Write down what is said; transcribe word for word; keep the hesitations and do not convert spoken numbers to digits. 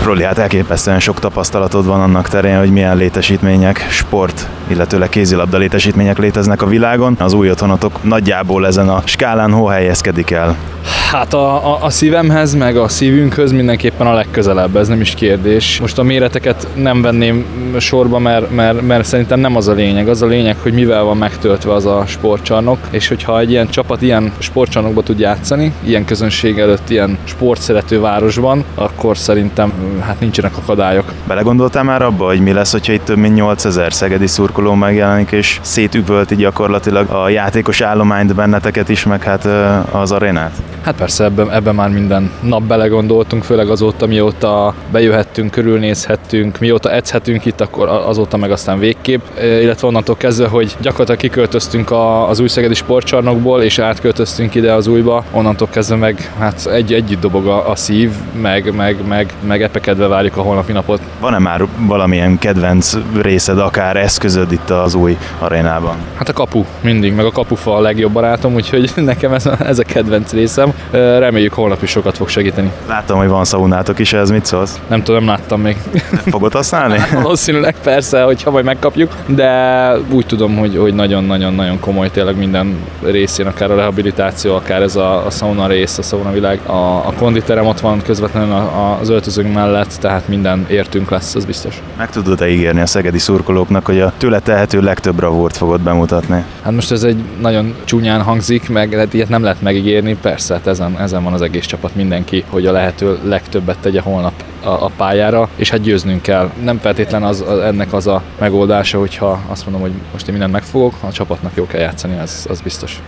Roli, hát elképesztően sok tapasztalatod van annak terén, hogy milyen létesítmények, sport, illetőleg kézilabda létesítmények léteznek a világon. Az új otthonotok nagyjából ezen a skálán hol helyezkedik el? Hát a, a, a szívemhez, meg a szívünkhöz mindenképpen a legközelebb, ez nem is kérdés. Most a méreteket nem venném sorba, mert, mert, mert szerintem nem az a lényeg. Az a lényeg, hogy mivel van megtöltve az a sportcsarnok, és hogyha egy ilyen csapat ilyen sportcsarnokba tud játszani, ilyen közönség előtt, ilyen sportszerető városban, akkor szerintem hát nincsenek akadályok. Belegondoltál már abba, hogy mi lesz, hogyha itt több mint nyolcezer szegedi szurkoló megjelenik, és szétüvölti gyakorlatilag a játékos állományt, benneteket is, meg hát az arénát? Hát persze, ebben, ebben már minden nap belegondoltunk, főleg azóta, mióta bejöhettünk, körülnézhettünk, mióta edzhetünk itt, akkor azóta meg aztán végképp. Illetve onnantól kezdve, hogy gyakorlatilag kiköltöztünk a, az új szegedi sportcsarnokból, és átköltöztünk ide az újba, onnantól kezdve meg hát egy, együtt dobog a, a szív, meg, meg, meg, meg epekedve várjuk a holnapi napot. Van-e már valamilyen kedvenc részed, akár eszközöd itt az új arénában? Hát a kapu mindig, meg a kapufa a legjobb barátom, úgyhogy nekem ez a, ez a kedvenc részem. Reméljük, holnap is sokat fog segíteni. Láttam, hogy van szaunátok is, ez mit szólsz? Nem tudom, nem láttam még. Fogod használni? Hát, valószínűleg persze, hogyha majd megkapjuk, de úgy tudom, hogy, hogy nagyon-nagyon-nagyon komoly tényleg minden részén, akár a rehabilitáció, akár ez a, a szauna rész, a szaunavilág. A, a konditerem ott van közvetlenül az öltözőnk mellett, tehát minden értünk lesz, az biztos. Meg tudod-e ígérni a szegedi szurkolóknak, hogy a tőle tehető legtöbb bravúrt fogod bemutatni? Hát most ez egy nagyon csúnyán hangzik, meg hát ilyet nem lehet megígérni, persze, hát ezen, ezen van az egész csapat, mindenki, hogy a lehető legtöbbet tegye holnap a, a pályára, és hát győznünk kell. Nem feltétlen az, az, ennek az a megoldása, hogyha azt mondom, hogy most én mindent megfogok, a csapatnak jó kell játszani, az, az biztos.